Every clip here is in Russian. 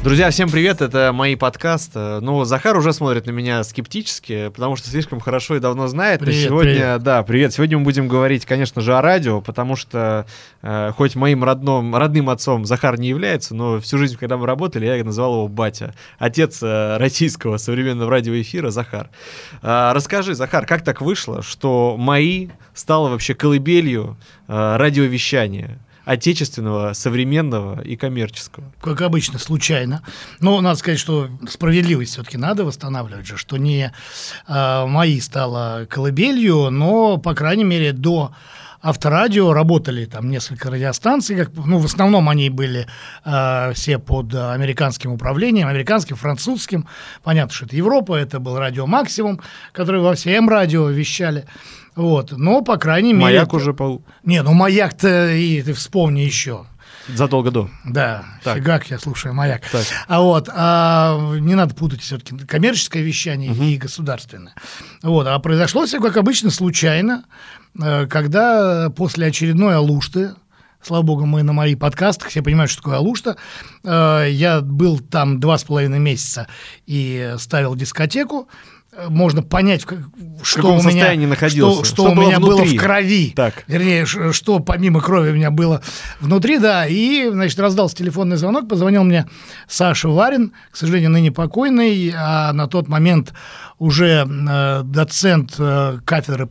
Друзья, всем привет, это мои подкасты. Ну, Захар уже смотрит на меня скептически, потому что слишком хорошо и давно знает. Привет, но сегодня, привет. Да, привет. Сегодня мы будем говорить, конечно же, о радио, потому что хоть моим родным отцом Захар не является, но всю жизнь, когда мы работали, я называл его батя. Отец российского современного радиоэфира Захар. Расскажи, Захар, как так вышло, что мои стало вообще колыбелью радиовещания? Отечественного, современного и коммерческого. Как обычно, случайно. Но надо сказать, что справедливость все-таки надо восстанавливать же, что не мои стало колыбелью, но, по крайней мере, до Авторадио работали там несколько радиостанций, в основном они были все под американским управлением, американским, французским. Понятно, что это Европа, это был радио «Максимум», который во всем радио вещали. Вот. Но, по крайней мере... «Маяк» уже... «Маяк»-то и ты вспомни еще. Задолго до. Да, так. Фигак, я слушаю «Маяк». Так. Не надо путать все-таки коммерческое вещание и государственное. А произошло все, как обычно, случайно, когда после очередной Алушты, слава богу, мы на моих подкастах, все понимают, что такое Алушта, я был там 2,5 месяца и ставил дискотеку. Можно понять, что у меня, что у меня было в крови. Так. Вернее, что помимо крови у меня было внутри, да. И, раздался телефонный звонок, позвонил мне Саша Варин, к сожалению, ныне покойный, а на тот момент уже доцент кафедры,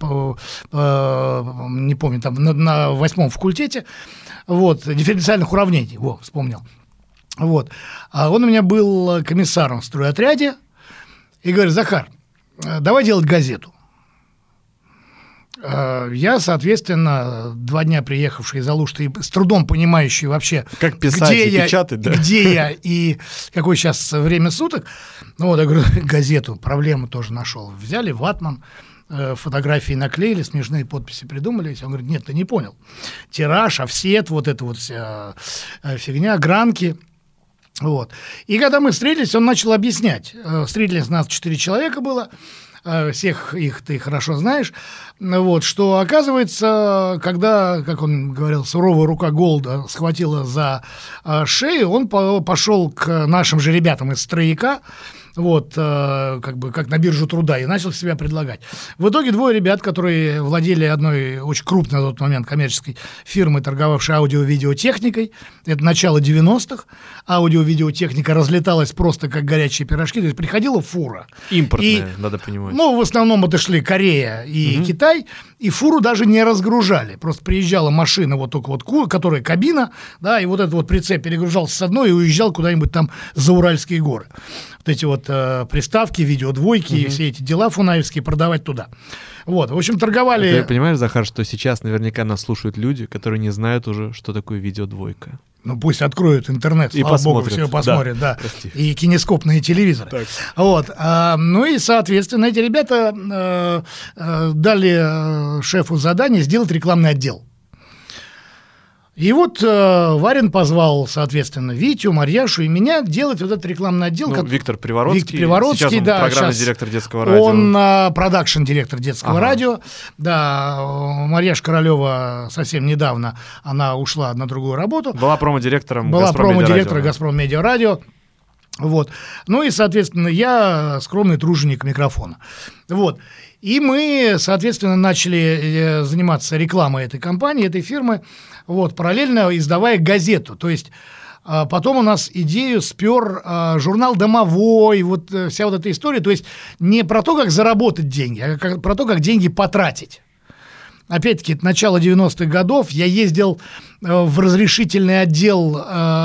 не помню, там на 8-м факультете, дифференциальных уравнений, вспомнил. А он у меня был комиссаром в стройотряде и говорит: Захар, давай делать газету. Я, соответственно, 2 дня приехавший из Алушты, с трудом понимающий вообще, как писать печатать, где я и какое сейчас время суток. Я говорю, газету, проблему тоже нашел. Взяли ватман, фотографии наклеили, смешные подписи придумали. Он говорит: нет, ты не понял. Тираж, офсет, эта вся фигня, гранки. И когда мы встретились, он начал объяснять. Встретились нас 4 человека было, всех их ты хорошо знаешь, что оказывается, когда, как он говорил, суровая рука голода схватила за шею, он пошел к нашим же ребятам из «Стройяка», как на биржу труда, и начал себя предлагать. В итоге 2 ребят, которые владели одной очень крупной на тот момент коммерческой фирмой, торговавшей аудио-видеотехникой, это начало 90-х, аудио-видеотехника разлеталась просто как горячие пирожки, то есть приходила фура. Импортная, надо понимать. В основном это шли Корея и Китай, и фуру даже не разгружали, просто приезжала машина, которая кабина, да, и этот прицеп перегружался с одной и уезжал куда-нибудь там за Уральские горы. Эти приставки, видеодвойки и все эти дела фунаевские продавать туда. В общем, торговали... Ты понимаешь, Захар, что сейчас наверняка нас слушают люди, которые не знают уже, что такое видеодвойка? Пусть откроют интернет, и слава богу, все посмотрят, да. И кинескопные телевизоры. Так. И, соответственно, эти ребята дали шефу задание сделать рекламный отдел. И Варин позвал, соответственно, Витю, Марьяшу и меня делать этот рекламный отдел. Виктор Привородский. Сейчас он программный директор детского радио. Он продакшн-директор детского радио. Да, Марьяша Королева совсем недавно, она ушла на другую работу. Была промо-директором «Газпром Медиа Радио». И, соответственно, я скромный труженик микрофона. И мы, соответственно, начали заниматься рекламой этой компании, этой фирмы, параллельно издавая газету. То есть потом у нас идею спер журнал «Домовой», вся эта история. То есть не про то, как заработать деньги, а про то, как деньги потратить. Опять-таки, это начало 90-х годов. Я ездил в разрешительный отдел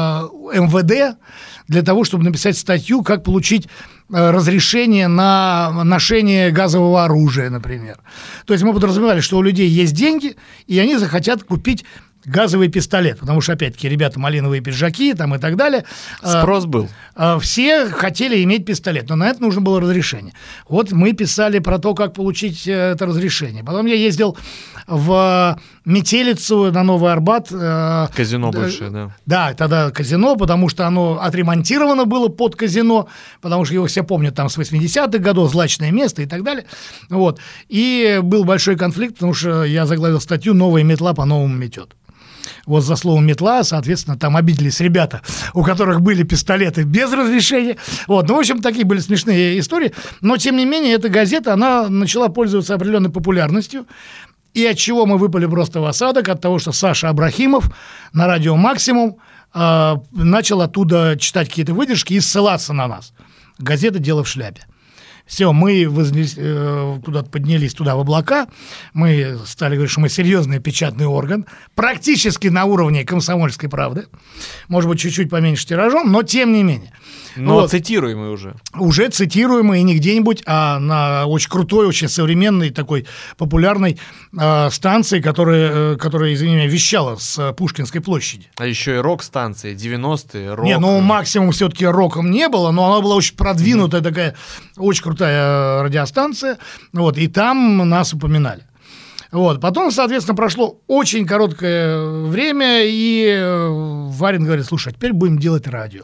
МВД для того, чтобы написать статью, как получить разрешение на ношение газового оружия, например. То есть мы подразумевали, что у людей есть деньги, и они захотят купить газовый пистолет, потому что, опять-таки, ребята, малиновые пиджаки там и так далее. Спрос был. Все хотели иметь пистолет, но на это нужно было разрешение. Мы писали про то, как получить это разрешение. Потом я ездил в Метелицу, на Новый Арбат. Казино бывшее, да. Да, тогда казино, потому что оно отремонтировано было под казино, потому что его все помнят там с 80-х годов, злачное место и так далее. И был большой конфликт, потому что я заглавил статью «Новая метла по-новому метет». Вот за словом «метла», соответственно, там обиделись ребята, у которых были пистолеты без разрешения. Вот. Ну, в общем, такие были смешные истории. Но, тем не менее, эта газета, она начала пользоваться определенной популярностью. И от чего мы выпали просто в осадок? От того, что Саша Абрахимов на радио «Максимум» начал оттуда читать какие-то выдержки и ссылаться на нас. Газета «Дело в шляпе». Все, мы куда-то поднялись туда в облака, мы стали говорить, что мы серьезный печатный орган, практически на уровне «Комсомольской правды», может быть, чуть-чуть поменьше тиражом, но тем не менее. Но вот. Цитируемый уже. Уже цитируемый, и не где-нибудь, а на очень крутой, очень современной, такой популярной станции, которая, извини меня, вещала с Пушкинской площади. А еще и рок-станции, 90-е, рок. Не, ну «Максимум» все-таки роком не было, но она была очень продвинутая такая, очень крутая радиостанция, вот, и там нас упоминали. Вот. Потом, соответственно, прошло очень короткое время, и Варин говорит: слушай, а теперь будем делать радио.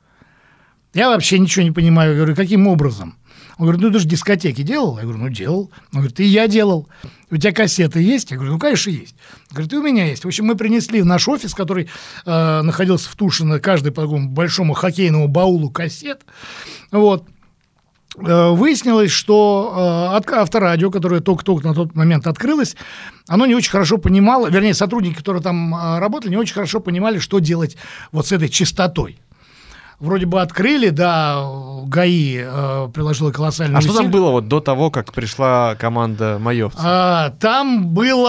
Я вообще ничего не понимаю. Я говорю: каким образом? Он говорит: ну ты же дискотеки делал? Я говорю: ну делал. Он говорит: и я делал. У тебя кассеты есть? Я говорю: ну конечно есть. Он говорит: и у меня есть. В общем, мы принесли в наш офис, который находился в Тушино, каждый по такому большому хоккейному баулу кассет. Вот. Выяснилось, что авторадио, которое только-только на тот момент открылось, оно не очень хорошо понимало, вернее, сотрудники, которые там работали, не очень хорошо понимали, что делать вот с этой частотой. Вроде бы открыли, да, ГАИ приложила колоссальную усилие. А что там было вот до того, как пришла команда маевцев? Там был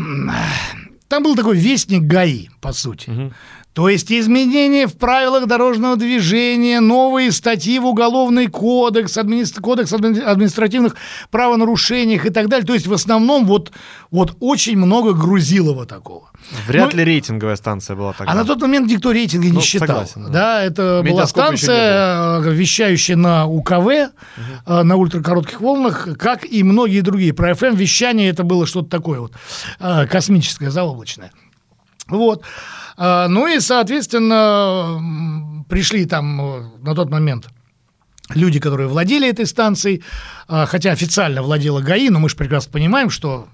такой вестник ГАИ, по сути. Угу. То есть изменения в правилах дорожного движения, новые статьи в Уголовный кодекс, кодекс административных правонарушениях и так далее. То есть в основном вот очень много Грузилова такого. Вряд ли рейтинговая станция была тогда. А на тот момент никто рейтинги не считал. Согласен, да, это была станция, вещающая на УКВ, на ультракоротких волнах, как и многие другие. Про FM-вещание это было что-то такое вот космическое, заоблачное. Вот. Ну и, соответственно, пришли там на тот момент люди, которые владели этой станцией, хотя официально владела ГАИ, но мы же прекрасно понимаем, что...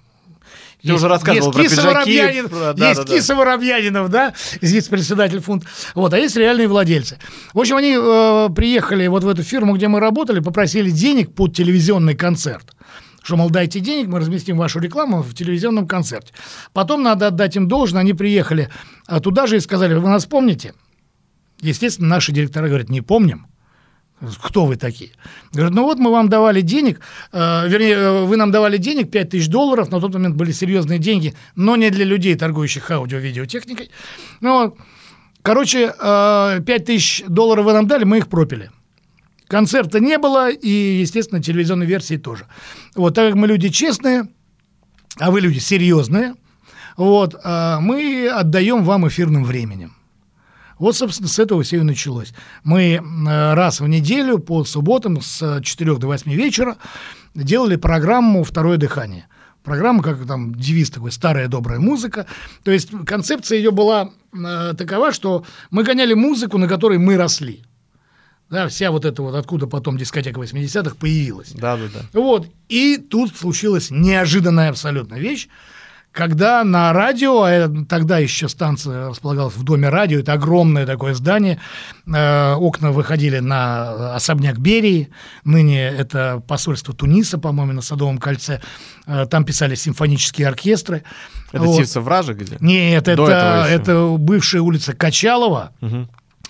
Ты уже рассказывал про пиджаки. Есть Киса Воробьянинов, да, здесь председатель фонд, вот, а есть реальные владельцы. В общем, они приехали вот в эту фирму, где мы работали, попросили денег под телевизионный концерт. Что, мол, дайте денег, мы разместим вашу рекламу в телевизионном концерте. Потом надо отдать им должное, они приехали туда же и сказали: вы нас помните? Естественно, наши директора говорят: не помним. Кто вы такие? Говорят: ну вот мы вам давали денег, вернее, вы нам давали денег, $5000, на тот момент были серьезные деньги, но не для людей, торгующих аудио-видеотехникой. Ну, короче, $5000 вы нам дали, мы их пропили. Концерта не было, и, естественно, телевизионной версии тоже. Вот, так как мы люди честные, а вы люди серьезные, вот, мы отдаем вам эфирным временем. Вот, собственно, с этого все и началось. Мы раз в неделю по субботам с 4 до 8 вечера делали программу «Второе дыхание». Программа, как там девиз такой: старая добрая музыка. То есть концепция ее была такова, что мы гоняли музыку, на которой мы росли. Да, вся вот эта вот, откуда потом дискотека 80-х появилась. Да. Вот. И тут случилась неожиданная абсолютно вещь, когда на радио, тогда еще станция располагалась в Доме радио, это огромное такое здание, окна выходили на особняк Берии, ныне это посольство Туниса, по-моему, на Садовом кольце, там писали симфонические оркестры. Это вот. Тивса-Вража где? Нет, это бывшая улица Качалова, угу.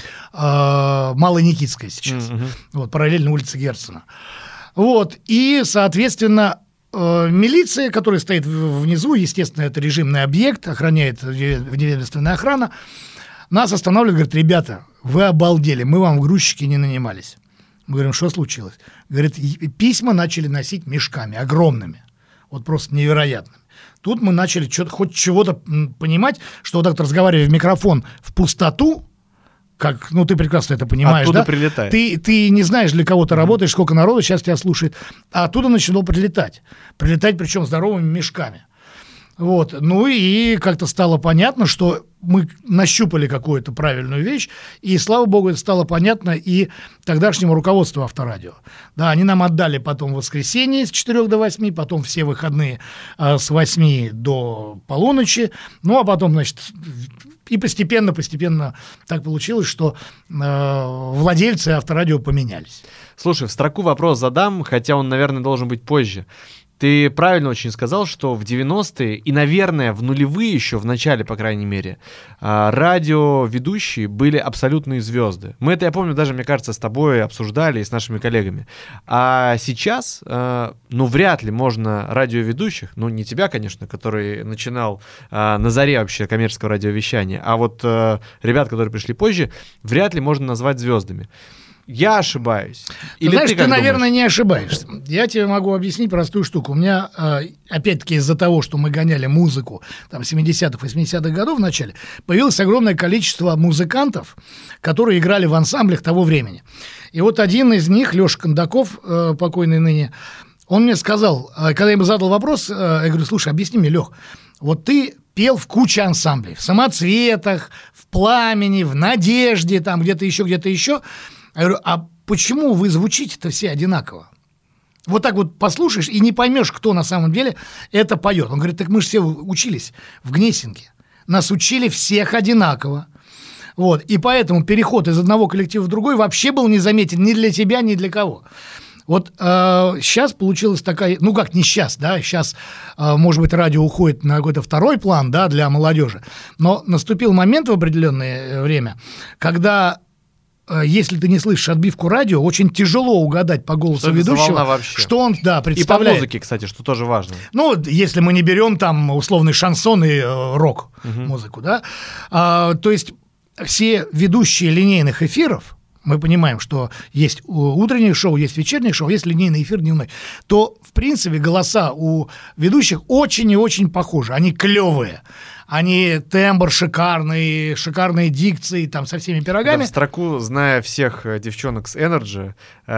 Малая Никитская сейчас, вот, параллельно улице Герцена. Вот, и, соответственно, милиция, которая стоит внизу, естественно, это режимный объект, охраняет вневедомственная охрана, нас останавливает, говорит: ребята, вы обалдели, мы вам в грузчики не нанимались. Мы говорим: что случилось? Говорит: письма начали носить мешками, огромными, вот просто невероятными. Тут мы начали хоть чего-то понимать, что вот так разговаривая в микрофон в пустоту, как, ну, ты прекрасно это понимаешь, оттуда да? Прилетает. Ты не знаешь, для кого ты работаешь, сколько народу сейчас тебя слушает, а оттуда начало прилетать. Прилетать, причем здоровыми мешками. Вот. Ну и как-то стало понятно, что мы нащупали какую-то правильную вещь, и, слава богу, это стало понятно и тогдашнему руководству Авторадио. Да, они нам отдали потом воскресенье с 4 до 8, потом все выходные с 8 до полуночи, ну а потом, значит, и постепенно так получилось, что владельцы Авторадио поменялись. Слушай, в строку вопрос задам, хотя он, наверное, должен быть позже. Ты правильно очень сказал, что в 90-е и, наверное, в нулевые еще, в начале, по крайней мере, радиоведущие были абсолютные звезды. Мы это, я помню, даже, мне кажется, с тобой обсуждали и с нашими коллегами. А сейчас, вряд ли можно радиоведущих, не тебя, конечно, который начинал на заре вообще коммерческого радиовещания, а вот ребят, которые пришли позже, вряд ли можно назвать звездами. Я ошибаюсь? Или знаешь, ты наверное, думаешь? не ошибаешься. Я тебе могу объяснить простую штуку. У меня, опять-таки, из-за того, что мы гоняли музыку там 70-х, 80-х годов в начале, появилось огромное количество музыкантов, которые играли в ансамблях того времени. И вот один из них, Леша Кондаков, покойный ныне, он мне сказал, когда я ему задал вопрос, я говорю, слушай, объясни мне, Лех, вот ты пел в куче ансамблей, в «Самоцветах», в «Пламени», в «Надежде», там где-то еще. Я говорю, а почему вы звучите-то все одинаково? Вот так вот послушаешь и не поймешь, кто на самом деле это поет. Он говорит, так мы же все учились в Гнесинке. Нас учили всех одинаково. Вот. И поэтому переход из одного коллектива в другой вообще был незаметен ни для тебя, ни для кого. Вот сейчас получилась такая, как не сейчас, да, сейчас, может быть, радио уходит на какой-то второй план, да, для молодежи, но наступил момент в определенное время, когда... Если ты не слышишь отбивку радио, очень тяжело угадать по голосу что ведущего, что он, представляет. И по музыке, кстати, что тоже важно. Если мы не берем там условный шансон и рок-музыку, да. То есть все ведущие линейных эфиров, мы понимаем, что есть утреннее шоу, есть вечернее шоу, есть линейный эфир дневной, то, в принципе, голоса у ведущих очень и очень похожи, они клевые. Они тембр шикарный, шикарные дикции, там, со всеми пирогами. Да, в строку, зная всех девчонок с Energy,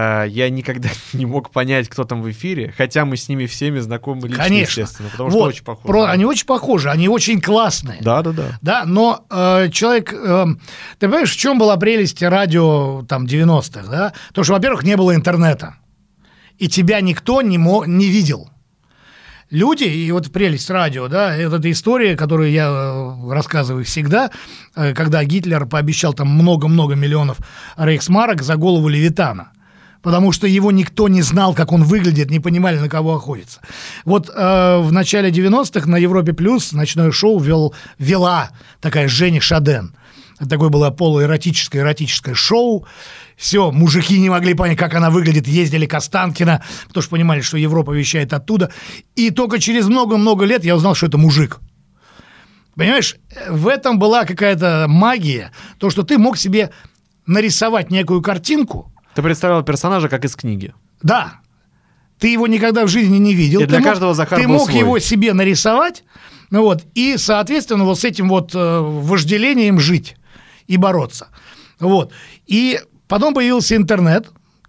я никогда не мог понять, кто там в эфире, хотя мы с ними всеми знакомы лично, конечно, естественно, потому что очень похожи. Они очень похожи, они очень классные. Да. Да, но человек... ты понимаешь, в чем была прелесть радио там 90-х, да? То, что, во-первых, не было интернета, и тебя никто не видел. Люди, и вот прелесть радио, да, это история, которую я рассказываю всегда, когда Гитлер пообещал там много-много миллионов рейхсмарок за голову Левитана, потому что его никто не знал, как он выглядит, не понимали, на кого охотится. Вот в начале 90-х на Европе Плюс ночное шоу вела такая Женя Шаден. Такое было полуэротическое шоу. Все, мужики не могли понять, как она выглядит, ездили к Останкино, потому что понимали, что Европа вещает оттуда. И только через много-много лет я узнал, что это мужик. Понимаешь, в этом была какая-то магия, то, что ты мог себе нарисовать некую картинку. Ты представлял персонажа как из книги. Да. Ты его никогда в жизни не видел. И для каждого Захар был свой. Ты мог его себе нарисовать, и, соответственно, вот с этим вот вожделением жить и бороться. Вот. И потом появился интернет,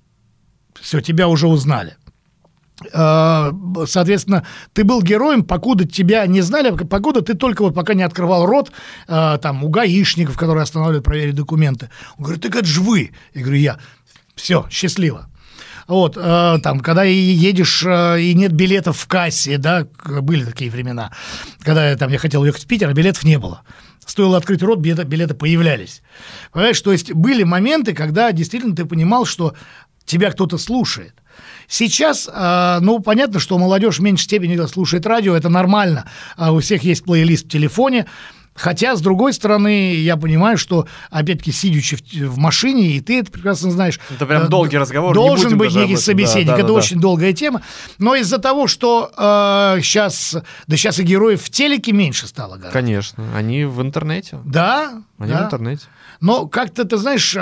все, тебя уже узнали. Соответственно, ты был героем, покуда тебя не знали, покуда ты только вот пока не открывал рот там у гаишников, которые останавливают проверить документы. Он говорит, так это ж вы. Я говорю, все, счастливо. Вот, там, когда едешь и нет билетов в кассе, да, были такие времена, когда я хотел ехать в Питер, а билетов не было. Стоило открыть рот, билеты появлялись. Понимаешь, то есть были моменты, когда действительно ты понимал, что тебя кто-то слушает. Сейчас, понятно, что молодежь в меньшей степени слушает радио, это нормально, у всех есть плейлист в телефоне. Хотя, с другой стороны, я понимаю, что, опять-таки, сидячи в машине, и ты это прекрасно знаешь... Это прям долгий разговор. Должен быть некий собеседник. Это да. очень долгая тема. Но из-за того, что сейчас и героев в телеке меньше стало гораздо. Конечно. Они в интернете. Да. Они в интернете. Но как-то, ты знаешь,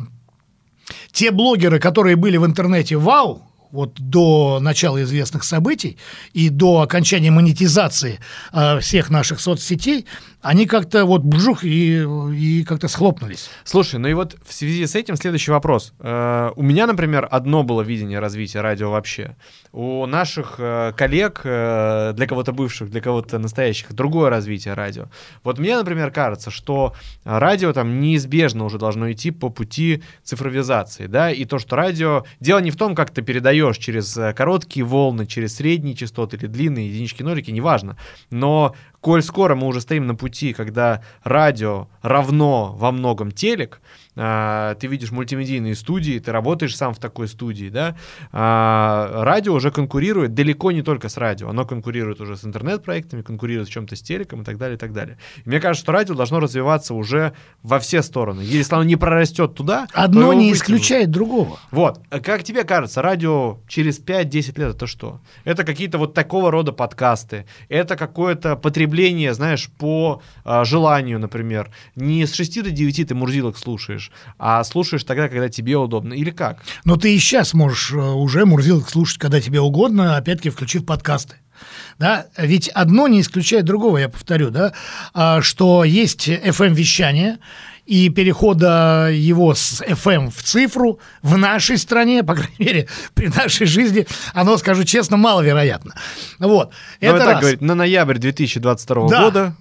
те блогеры, которые были в интернете, вот до начала известных событий и до окончания монетизации всех наших соцсетей, они как-то вот бжух и как-то схлопнулись. Слушай, ну и вот в связи с этим следующий вопрос. У меня, например, одно было видение развития радио вообще. У наших коллег, для кого-то бывших, для кого-то настоящих, другое развитие радио. Вот мне, например, кажется, что радио там неизбежно уже должно идти по пути цифровизации, да, и то, что радио... Дело не в том, как ты передаешь через короткие волны, через средние частоты или длинные единички, нолики, неважно, но коль скоро мы уже стоим на пути, когда радио равно во многом телек, ты видишь мультимедийные студии, ты работаешь сам в такой студии, да, радио уже конкурирует далеко не только с радио, оно конкурирует уже с интернет-проектами, конкурирует в чем-то с телеком и так далее, и так далее. И мне кажется, что радио должно развиваться уже во все стороны. Если оно не прорастет туда... Одно не исключает другого. Вот. Как тебе кажется, радио через 5-10 лет это что? Это какие-то вот такого рода подкасты, это какое-то потребление, знаешь, по желанию, например. Не с 6 до 9 ты Мурзилок слушаешь, а слушаешь тогда, когда тебе удобно, или как? Но ты и сейчас можешь уже Мурзилок слушать, когда тебе угодно, опять-таки включив подкасты. Да? Ведь одно не исключает другого, я повторю, да? Что есть FM-вещание, и перехода его с FM в цифру в нашей стране, по крайней мере, при нашей жизни, оно, скажу честно, маловероятно. Вот. Это так говорит, на ноябрь 2022 года...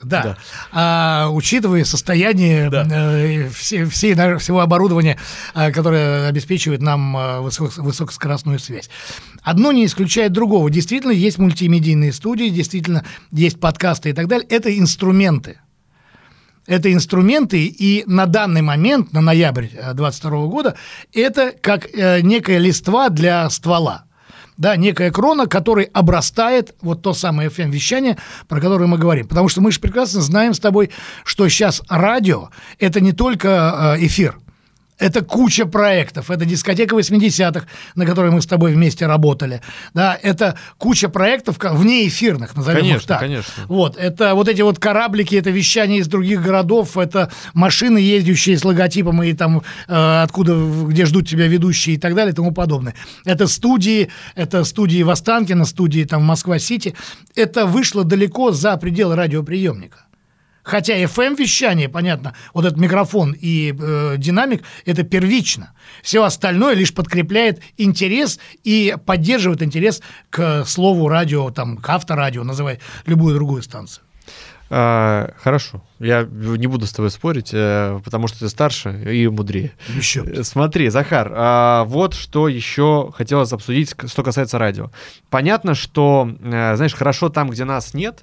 Да. Учитывая состояние всего оборудования, которое обеспечивает нам высокоскоростную связь. Одно не исключает другого. Действительно, есть мультимедийные студии, действительно, есть подкасты и так далее. Это инструменты. Это инструменты, и на данный момент, на ноябрь 2022 года, это как некая листва для ствола. Да, некая крона, которой обрастает вот то самое FM-вещание, про которое мы говорим. Потому что мы же прекрасно знаем с тобой, что сейчас радио – это не только эфир. Это куча проектов, это дискотека 80-х, на которой мы с тобой вместе работали. Да, это куча проектов внеэфирных, назовем их так. Конечно. Вот, это вот эти вот кораблики, это вещание из других городов, это машины, ездящие с логотипом и там откуда, где ждут тебя ведущие и так далее и тому подобное. Это студии в Останкино, студии там в Москва-Сити. Это вышло далеко за пределы радиоприемника. Хотя FM-вещание, понятно, вот этот микрофон и динамик, это первично. Все остальное лишь подкрепляет интерес и поддерживает интерес к слову радио, там, к авторадио, называй любую другую станцию. Хорошо, я не буду с тобой спорить, потому что ты старше и мудрее. Еще. Смотри, Захар, вот что еще хотелось обсудить, что касается радио. Понятно, что, знаешь, хорошо там, где нас нет,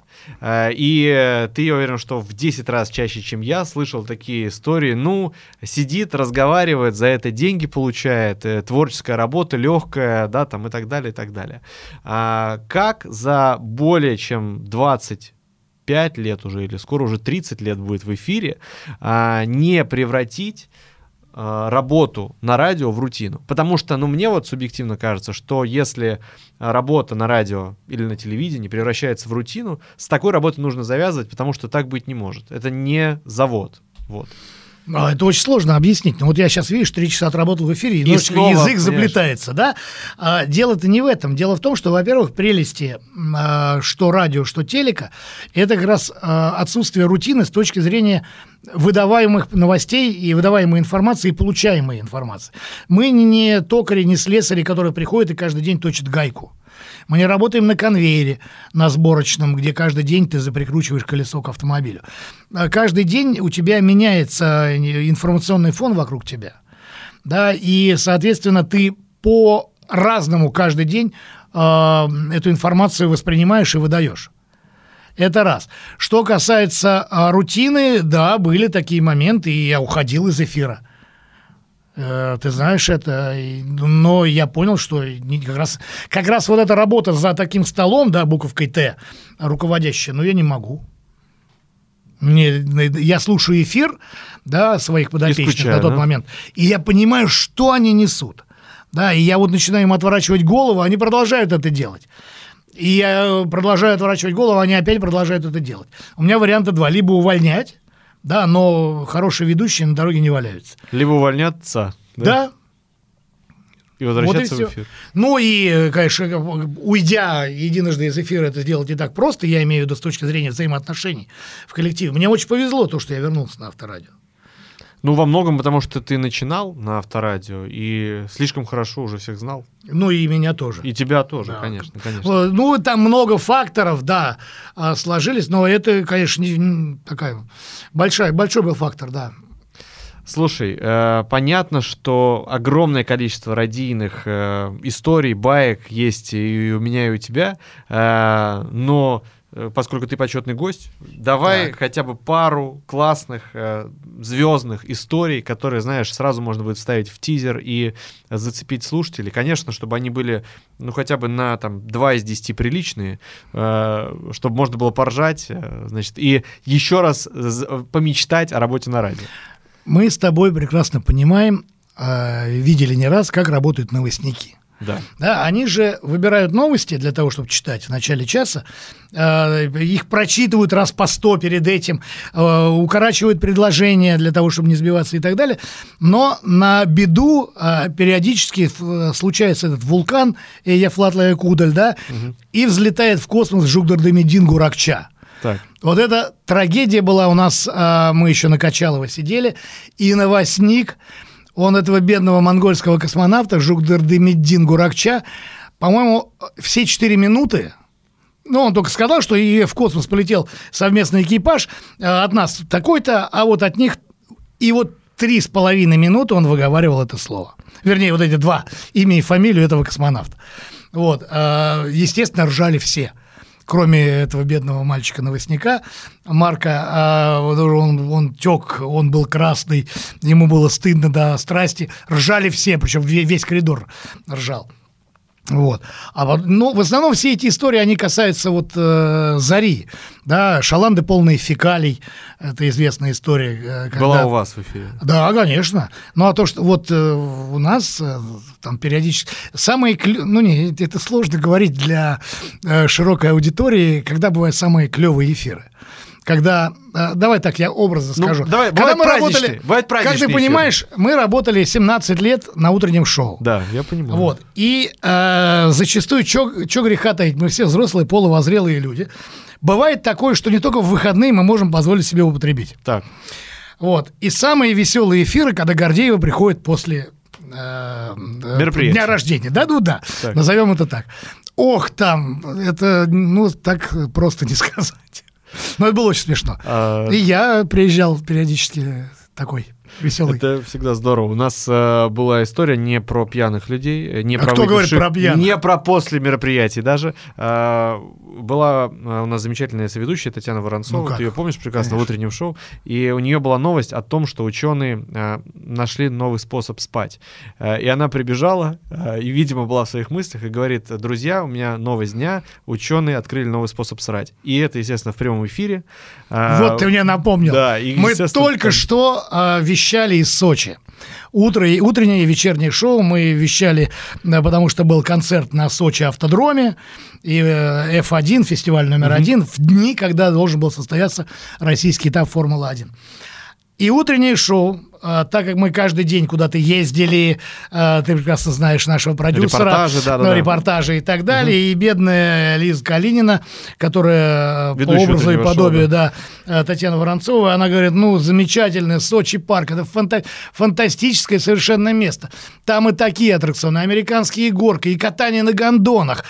и ты, я уверен, что в 10 раз чаще, чем я, слышал такие истории. Ну, сидит, разговаривает, за это деньги получает, творческая работа легкая, да, там и так далее, и так далее. Как за более чем 25 лет уже, или скоро уже 30 лет будет в эфире, не превратить работу на радио в рутину? Потому что, мне вот субъективно кажется, что если работа на радио или на телевидении превращается в рутину, с такой работой нужно завязывать, потому что так быть не может. Это не завод. Вот. Это очень сложно объяснить. Но вот я сейчас, видишь, 3 часа отработал в эфире, и снова, язык заплетается, да? Дело-то не в этом. Дело в том, что, во-первых, прелести что радио, что телека, это как раз отсутствие рутины с точки зрения выдаваемых новостей и выдаваемой информации, и получаемой информации. Мы не токари, не слесари, которые приходят и каждый день точат гайку. Мы не работаем на конвейере, на сборочном, где каждый день ты прикручиваешь колесо к автомобилю. Каждый день у тебя меняется информационный фон вокруг тебя. Да, и, соответственно, ты по-разному каждый день эту информацию воспринимаешь и выдаешь. Это раз. Что касается рутины, да, были такие моменты, и я уходил из эфира. Ты знаешь это, но я понял, что как раз вот эта работа за таким столом, да, буковкой «Т», руководящая, но я не могу. Я слушаю эфир, да, своих подопечных на тот момент, и я понимаю, что они несут. Да, и я вот начинаю им отворачивать голову, они продолжают это делать. И я продолжаю отворачивать голову, они опять продолжают это делать. У меня варианта 2. Либо увольнять, да, но хорошие ведущие на дороге не валяются. Либо увольняться. Да. И возвращаться в эфир. Ну и, конечно, уйдя единожды из эфира, это сделать не так просто, я имею в виду с точки зрения взаимоотношений в коллективе. Мне очень повезло то, что я вернулся на Авторадио. Ну, во многом потому, что ты начинал на Авторадио и слишком хорошо уже всех знал. Ну, и меня тоже. И тебя тоже, да. конечно, конечно. Ну, там много факторов, да, сложились, но это, конечно, такая большой был фактор, да. Слушай, понятно, что огромное количество радийных историй, баек есть и у меня, и у тебя, но поскольку ты почетный гость, давай хотя бы пару классных, звездных историй, которые, знаешь, сразу можно будет вставить в тизер и зацепить слушателей. Конечно, чтобы они были, ну, хотя бы на там 2 из 10 приличные, чтобы можно было поржать, значит, и еще раз помечтать о работе на радио. Мы с тобой прекрасно понимаем, видели не раз, как работают новостники. Да. Да, они же выбирают новости для того, чтобы читать в начале часа, их прочитывают раз по 100 перед этим, укорачивают предложения для того, чтобы не сбиваться и так далее, но на беду периодически случается этот вулкан Эйяфлатлая Кудаль, да, и взлетает в космос Жугдардамедин Гуракча. Так. Вот эта трагедия была у нас, мы еще на Качалово сидели, и новостник, он этого бедного монгольского космонавта Жугдардамедин Гуракча, по-моему, все 4 минуты, ну, он только сказал, что и в космос полетел совместный экипаж, от нас такой-то, а вот от них, и вот 3,5 минуты он выговаривал это слово. Вернее, вот эти 2, имя и фамилию этого космонавта. Вот, естественно, ржали все. Кроме этого бедного мальчика-новостника, Марка, он тек, он был красный, ему было стыдно до страсти, ржали все, причем весь коридор ржал. Вот. Но в основном все эти истории, они касаются вот Зари, да, шаланды полные фекалий, это известная история. Когда... Была у вас в эфире? Да, конечно. Ну, а то, что вот у нас там периодически... Ну, не, это сложно говорить для широкой аудитории, когда бывают самые клевые эфиры. Когда, давай так, я образно скажу. Давай, когда мы работали, как ты понимаешь, эфир. мы работали 17 лет на утреннем шоу. Да, я понимаю. Вот. И зачастую, чё греха таить, мы все взрослые, полувозрелые люди. Бывает такое, что не только в выходные мы можем позволить себе употребить. Так. Вот. И самые веселые эфиры, когда Гордеева приходит после дня рождения. Да, ну да, так. Назовем это так. Ох, там, это, ну, так просто не сказать. Но это было очень смешно. И я приезжал периодически такой веселый. Это всегда здорово. У нас была история не про пьяных людей, не про кто говорит про пьяных? Не про после мероприятий даже. Была у нас замечательная соведущая Татьяна Воронцова, ты ее помнишь прекрасно, в утреннем шоу, и у нее была новость о том, что ученые нашли новый способ спать. И она прибежала, и, видимо, была в своих мыслях, и говорит: друзья, у меня новость дня, ученые открыли новый способ срать. И это, естественно, в прямом эфире. Вот ты мне напомнил. Да, мы только что вещали из Сочи. Утреннее и вечернее шоу мы вещали, потому что был концерт на Сочи автодроме, и F1, фестиваль номер 1, в дни, когда должен был состояться российский этап Формулы-1. И утреннее шоу, так как мы каждый день куда-то ездили, ты прекрасно знаешь нашего продюсера, репортажи и так далее, и бедная Лиза Калинина, которая ведущая по образу и подобию, Татьяна Воронцова, она говорит: ну, замечательный Сочи парк, это фантастическое совершенно место. Там и такие аттракционы, американские горки, и катание на гондонах.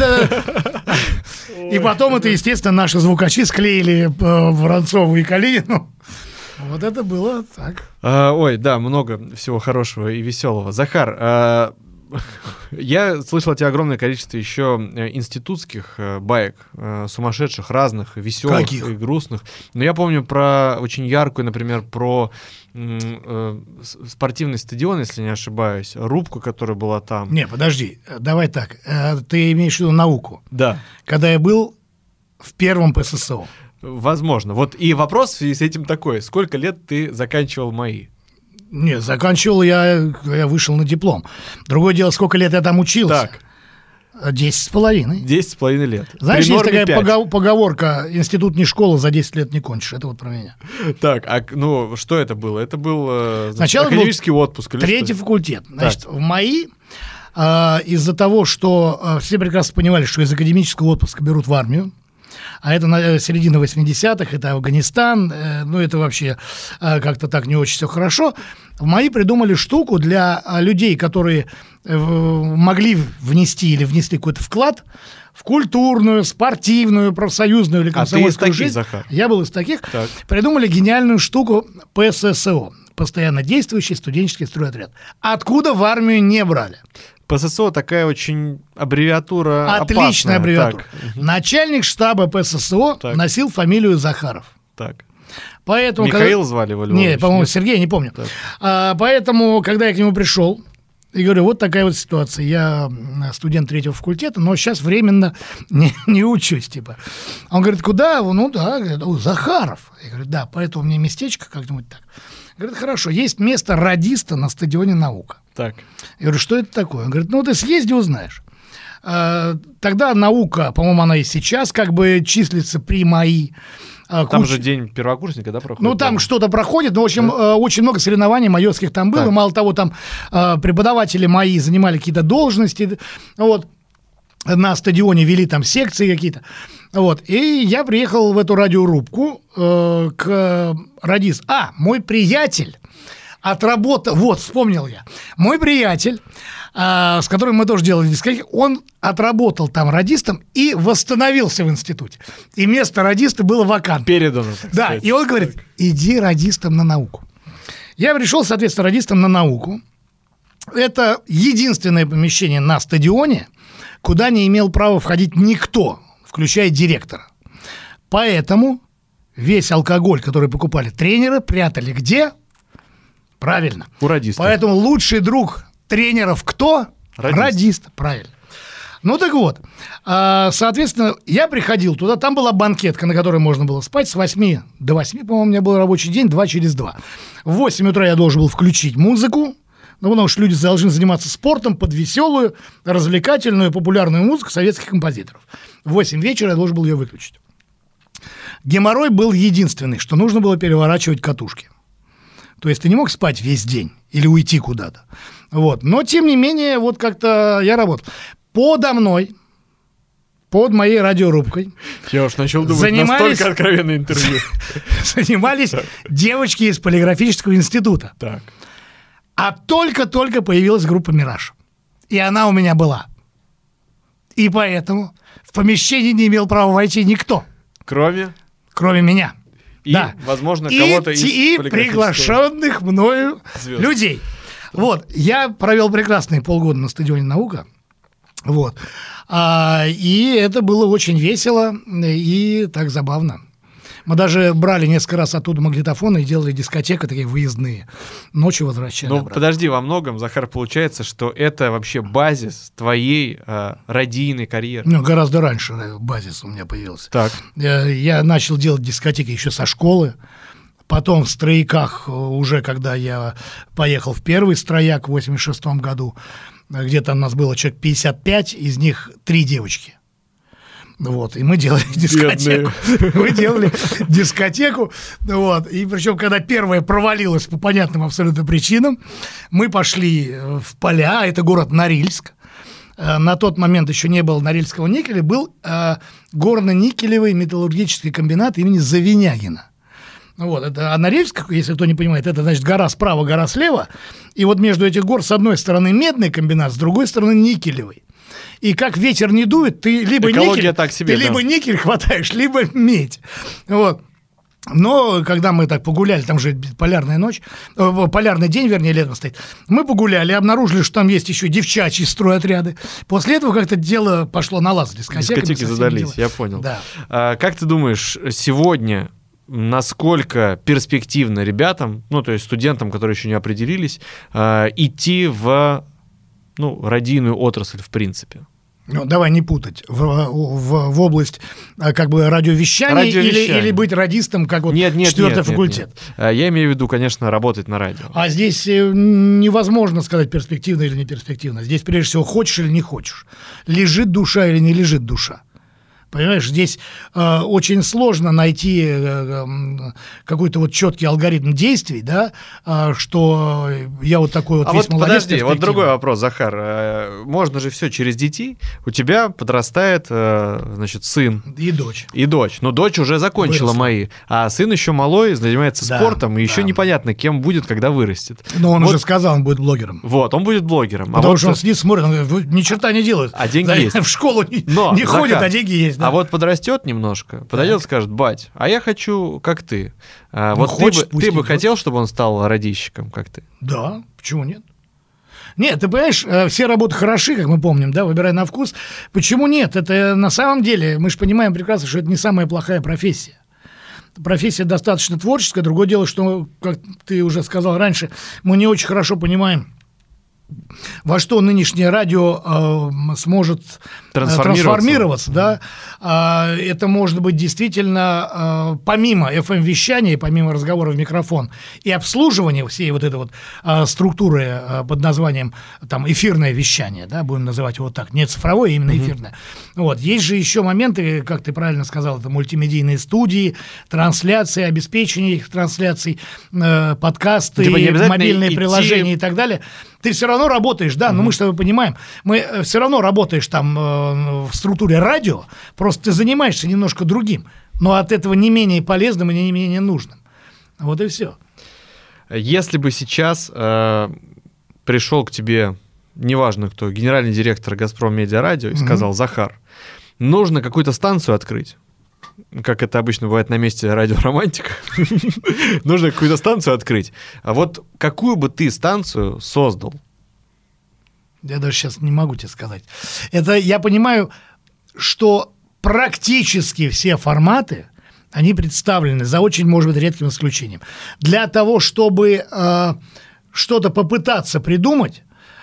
И потом это, естественно, наши звукачи склеили Воронцову и Калинину. Вот это было так. Ой, да, много всего хорошего и веселого. Захар, я слышал от тебя огромное количество еще институтских баек, сумасшедших, разных, веселых и грустных. Но я помню про очень яркую, например, про спортивный стадион, если не ошибаюсь, рубку, которая была там. Не, подожди, давай так. Ты имеешь в виду науку? Да. Когда я был в первом ПССО. Возможно. Вот и вопрос в связи с этим такой: сколько лет ты заканчивал МАИ? Нет, заканчивал я вышел на диплом. Другое дело, сколько лет я там учился. Так. 10,5. 10,5 лет. Знаешь, есть такая поговорка: институт не школа, за 10 лет не кончишь. Это вот про меня. Так, ну что это было? Это был академический отпуск? Третий факультет. Значит, в МАИ из-за того, что все прекрасно понимали, что из академического отпуска берут в армию, а это середина 80-х, это Афганистан, ну, это вообще как-то так не очень все хорошо. Мои придумали штуку для людей, которые могли внести или внесли какой-то вклад в культурную, спортивную, профсоюзную или комсомольскую жизнь. Захар? Я был из таких. Так. Придумали гениальную штуку ПССО, постоянно действующий студенческий стройотряд. Откуда в армию не брали? ПССО такая очень аббревиатура Отличная опасная. аббревиатура. Так. Начальник штаба ПССО Так. носил фамилию Захаров. Так. Поэтому, Михаил звали его? Не, по-моему, Сергей, не помню. Поэтому, когда я к нему пришел и говорю, вот такая вот ситуация, я студент 3-го факультета, но сейчас временно не учусь, типа. Он говорит, куда? Ну да, говорит, Захаров. Я говорю, да, поэтому мне местечко как-нибудь так. Говорит, хорошо, есть место радиста на стадионе «Наука». Так. Я говорю, что это такое? Он говорит, ну ты съезди, узнаешь. Тогда «Наука», по-моему, она и сейчас как бы числится при МАИ. Там же день первокурсника, да, проходит? Ну, там что-то проходит, но, в общем, очень много соревнований майорских там было. Так. Мало того, там преподаватели мои занимали какие-то должности, вот, на стадионе вели там секции какие-то. Вот, и я приехал в эту радиорубку к радисту. Мой приятель отработал, вот, вспомнил я. Мой приятель, с которым мы тоже делали дискотеки, он отработал там радистом и восстановился в институте. И место радиста было вакантно. Передано, так Да, сказать. и он говорит, иди радистом на науку. Я пришел, соответственно, радистом на науку. Это единственное помещение на стадионе, куда не имел права входить никто, включая директора. Поэтому весь алкоголь, который покупали тренеры, прятали где? Правильно. У радиста. Поэтому лучший друг тренеров кто? Радист. Правильно. Ну так вот, соответственно, я приходил туда, там была банкетка, на которой можно было спать с 8 до 8, по-моему, у меня был рабочий день, 2 через 2. В 8 утра я должен был включить музыку, ну, потому что люди должны заниматься спортом под веселую, развлекательную, популярную музыку советских композиторов. В 8 вечера я должен был ее выключить. Геморрой был единственный, что нужно было переворачивать катушки. То есть ты не мог спать весь день или уйти куда-то. Вот. Но, тем не менее, вот как-то я работал. Подо мной, под моей радиорубкой Я уж начал думать, настолько откровенное интервью. занимались девочки из полиграфического института. Так. А только-только появилась группа «Мираж». И она у меня была. И поэтому в помещение не имел права войти никто. Кроме меня. И, да. возможно, кого-то из приглашенных мною звезд. людей. Вот, я провел прекрасные полгода на стадионе «Наука». Вот. И это было очень весело и так забавно. Мы даже брали несколько раз оттуда магнитофоны и делали дискотеки такие выездные. Ночью возвращали обратно. Подожди, во многом, Захар, получается, что это вообще базис твоей радийной карьеры. Ну, гораздо раньше базис у меня появился. Так. Я начал делать дискотеки еще со школы. Потом в «Строяках», уже когда я поехал в первый «Строяк» в 86 году, где-то у нас было человек 55, из них 3 девочки. Вот, и мы делали дискотеку. Мы делали дискотеку. Вот, и причем, когда первая провалилась по понятным абсолютно причинам, мы пошли в поля, это город Норильск. На тот момент еще не было Норильского никеля, был горно-никелевый металлургический комбинат имени Завинягина. Вот, это, а Норильск, если кто не понимает, это значит гора справа, гора слева. И вот между этих гор с одной стороны медный комбинат, с другой стороны никелевый. И как ветер не дует, ты либо никель, так себе, ты либо никель хватаешь, либо медь. Вот. Но когда мы так погуляли, там же полярная ночь, полярный день, вернее, летом стоит, мы погуляли, обнаружили, что там есть еще девчачьи стройотряды. После этого как-то дело пошло на лад с дискотеками. Дискотеки задались, я понял. Да. Как ты думаешь, сегодня насколько перспективно ребятам, ну, то есть студентам, которые еще не определились, идти в радийную отрасль в принципе? Ну, давай не путать в область как бы радиовещания. Или быть радистом, как вот четвертый факультет. Нет. Я имею в виду, конечно, работать на радио. А здесь невозможно сказать, перспективно или не перспективно. Здесь, прежде всего, хочешь или не хочешь. Лежит душа или не лежит душа. Понимаешь, здесь очень сложно найти какой-то вот четкий алгоритм действий, да, что я вот такой вот весь молодец. Подожди, вот другой вопрос, Захар. Можно же все через детей. У тебя подрастает, значит, сын. И дочь. И дочь. Но дочь уже закончила МАИ, а сын еще малой, занимается спортом, и еще непонятно, кем будет, когда вырастет. Но он уже сказал, он будет блогером. Вот, он будет блогером. Потому что он сидит, смотрит, он говорит, ни черта не делает. А деньги есть. В школу не ходит, а деньги есть. А вот подрастет немножко, подойдет и скажет: бать, а я хочу, как ты. Вот ты бы хотел, чтобы он стал радищиком, как ты? Да, почему нет? Нет, ты понимаешь, все работы хороши, как мы помним, да, выбирай на вкус. Почему нет? Это на самом деле, мы же понимаем прекрасно, что это не самая плохая профессия. Профессия достаточно творческая. Другое дело, что, как ты уже сказал раньше, мы не очень хорошо понимаем, во что нынешнее радио сможет трансформироваться, да? Это может быть действительно помимо FM-вещания, помимо разговора в микрофон и обслуживания всей вот этой вот структуры под названием там эфирное вещание, да, будем называть его так, не цифровое, а именно эфирное. Вот. Есть же еще моменты, как ты правильно сказал, это мультимедийные студии, трансляции, обеспечение их трансляций, подкасты, мобильные приложения и так далее. Ты все равно работаешь, да, но мы с тобой понимаем, мы все равно работаешь там в структуре радио, просто ты занимаешься немножко другим, но от этого не менее полезным и не менее нужным. Вот и все. Если бы сейчас пришел к тебе, неважно кто, генеральный директор «Газпром Медиа Радио» и сказал: Захар, нужно какую-то станцию открыть, как это обычно бывает на месте радиоромантика, нужно какую-то станцию открыть. А вот какую бы ты станцию создал? Я даже сейчас не могу тебе сказать. Это я понимаю, что практически все форматы, они представлены, за очень, может быть, редким исключением. Для того, чтобы что-то попытаться придумать,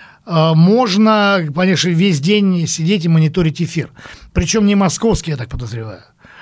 можно, конечно, весь день сидеть и мониторить эфир. Причем не московский, я так подозреваю,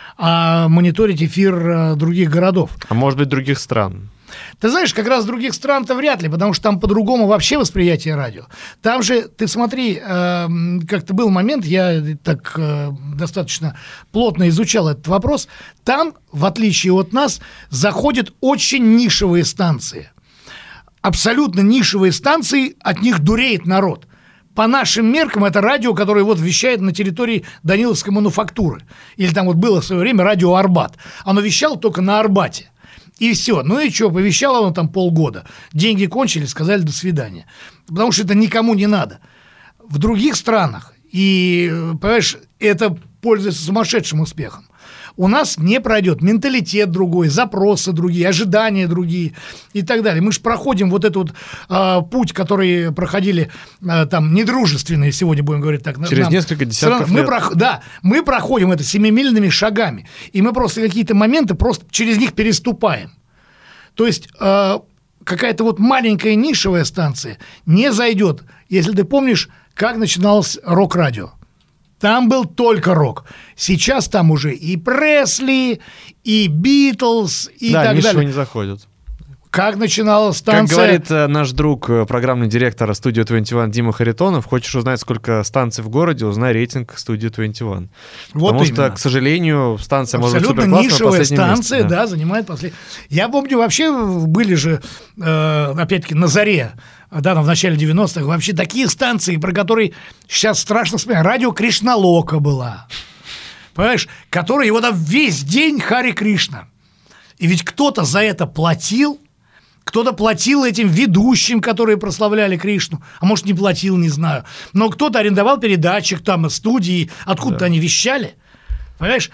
а мониторить эфир других городов. А может быть, других стран? Ты знаешь, как раз других стран-то вряд ли, потому что там по-другому вообще восприятие радио. Там же, ты смотри, как-то был момент, я так достаточно плотно изучал этот вопрос, там, в отличие от нас, заходят очень нишевые станции. Абсолютно нишевые станции, от них дуреет народ. По нашим меркам это радио, которое вот вещает на территории Даниловской мануфактуры. Или там вот было в свое время радио «Арбат». Оно вещало только на Арбате. И все. Ну и что, повещало оно там полгода. Деньги кончились, сказали до свидания. Потому что это никому не надо. В других странах, и, понимаешь, это пользуется сумасшедшим успехом. У нас не пройдет менталитет другой, запросы другие, ожидания другие и так далее. Мы же проходим вот этот вот путь, который проходили там недружественные, сегодня будем говорить так. Через несколько десятков лет. Мы проходим это семимильными шагами, и мы просто какие-то моменты просто через них переступаем. То есть какая-то вот маленькая нишевая станция не зайдет. Если ты помнишь, как начиналось рок-радио. Там был только рок. Сейчас там уже и Пресли, и Битлз, и так далее. Да, ничего не заходит. Как начиналась станция... Как говорит наш друг, программный директор студии 21 Дима Харитонов, хочешь узнать, сколько станций в городе, узнай рейтинг студии 21. Вот потому именно. Что, к сожалению, станция может быть суперклассная, абсолютно нишевая станция, месте, да, занимает последний... Я помню, вообще были же, опять-таки, на заре, да, в начале 90-х, вообще такие станции, про которые сейчас страшно вспоминать. Радио Кришналока была, понимаешь, которая его там весь день Хари Кришна. И ведь кто-то за это платил, кто-то платил этим ведущим, которые прославляли Кришну, а может, не платил, не знаю. Но кто-то арендовал передатчик там, студии, откуда-то они вещали, понимаешь?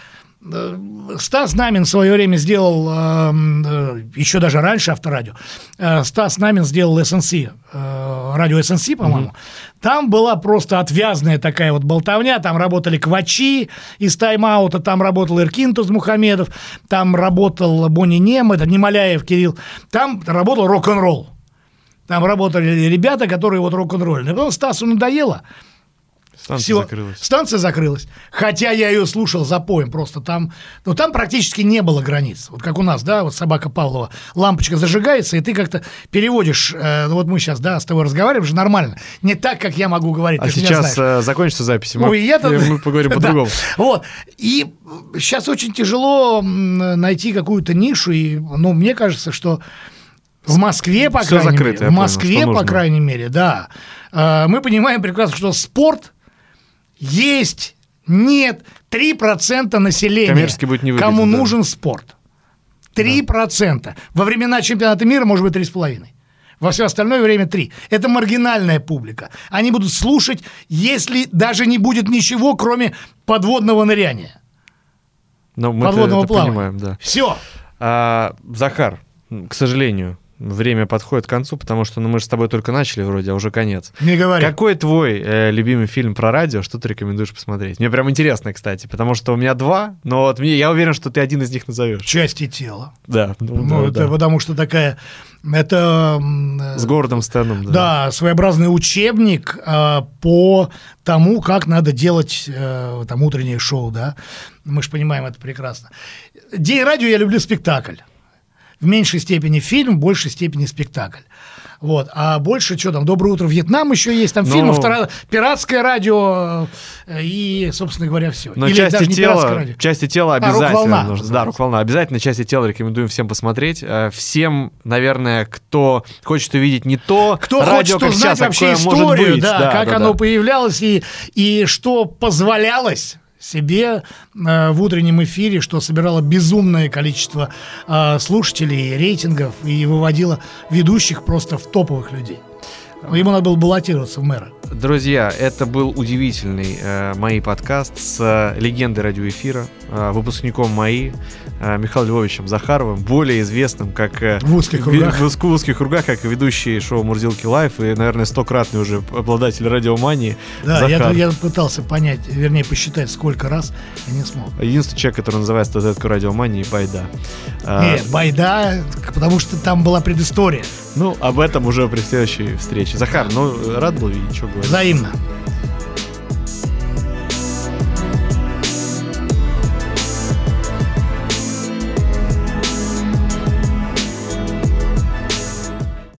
Стас Намин в свое время сделал, еще даже раньше Авторадио, Стас Намин сделал SNC, радио SNC, по-моему. Там была просто отвязная такая вот болтовня, там работали Квачи из Тайм-аута, там работал Иркинтус Мухамедов, там работал Бонни Нем, это Немоляев Кирилл, там работал рок-н-ролл. Там работали ребята, которые вот рок-н-ролльные. Потом Стасу надоело. Станция закрылась. Хотя я ее слушал запоем просто там. Но там практически не было границ. Вот как у нас, да, вот собака Павлова. Лампочка зажигается, и ты как-то переводишь. Вот мы сейчас, да, с тобой разговариваем же нормально. Не так, как я могу говорить. А сейчас закончится запись. Мы поговорим по-другому. Вот. И сейчас очень тяжело найти какую-то нишу. И, мне кажется, что в Москве, по крайней мере, да. Мы понимаем прекрасно, что спорт есть, нет, 3% населения, кому нужен спорт. 3%. Да. Во времена чемпионата мира может быть 3,5%. Во все остальное время 3%. Это маргинальная публика. Они будут слушать, если даже не будет ничего, кроме подводного ныряния. Подводного плавания. Понимаем, да. Все. Захар, к сожалению, время подходит к концу, потому что мы же с тобой только начали вроде, а уже конец. Не говори. Какой твой любимый фильм про радио, что ты рекомендуешь посмотреть? Мне прям интересно, кстати, потому что у меня 2, но вот я уверен, что ты один из них назовешь. «Части тела». Да. Это потому что такая... Это... С Говардом Стэном, да. Да, своеобразный учебник по тому, как надо делать там утреннее шоу, да. Мы же понимаем это прекрасно. День радио я люблю спектакль. В меньшей степени фильм, в большей степени спектакль. Вот. А больше, что там, «Доброе утро, Вьетнам» еще есть, там фильмов, пиратское радио и, собственно говоря, все. Но части тела обязательно нужно. Да, «Рок-волна». Обязательно «Части тела» рекомендуем всем посмотреть. Всем, наверное, кто хочет увидеть не то кто радио, хочет узнать как сейчас, вообще историю, может быть. Как оно появлялось и что позволялось себе в утреннем эфире, что собирало безумное количество слушателей, рейтингов и выводило ведущих просто в топовых людей. Ему надо было баллотироваться в мэра. Друзья, это был удивительный МАИ подкаст с легендой радиоэфира, выпускником МАИ Михаилом Львовичем Захаровым, более известным как в узких кругах, как ведущий шоу «Мурзилки Лайф» и, наверное, 100-кратный уже обладатель радиомании. Да, я пытался понять, вернее, посчитать, сколько раз, и не смог. Единственный человек, который называет статуэтку радиомании, Байда. Нет, Байда, потому что там была предыстория. Об этом уже при следующей встрече. Захар, рад был видеть, что говорить. Взаимно.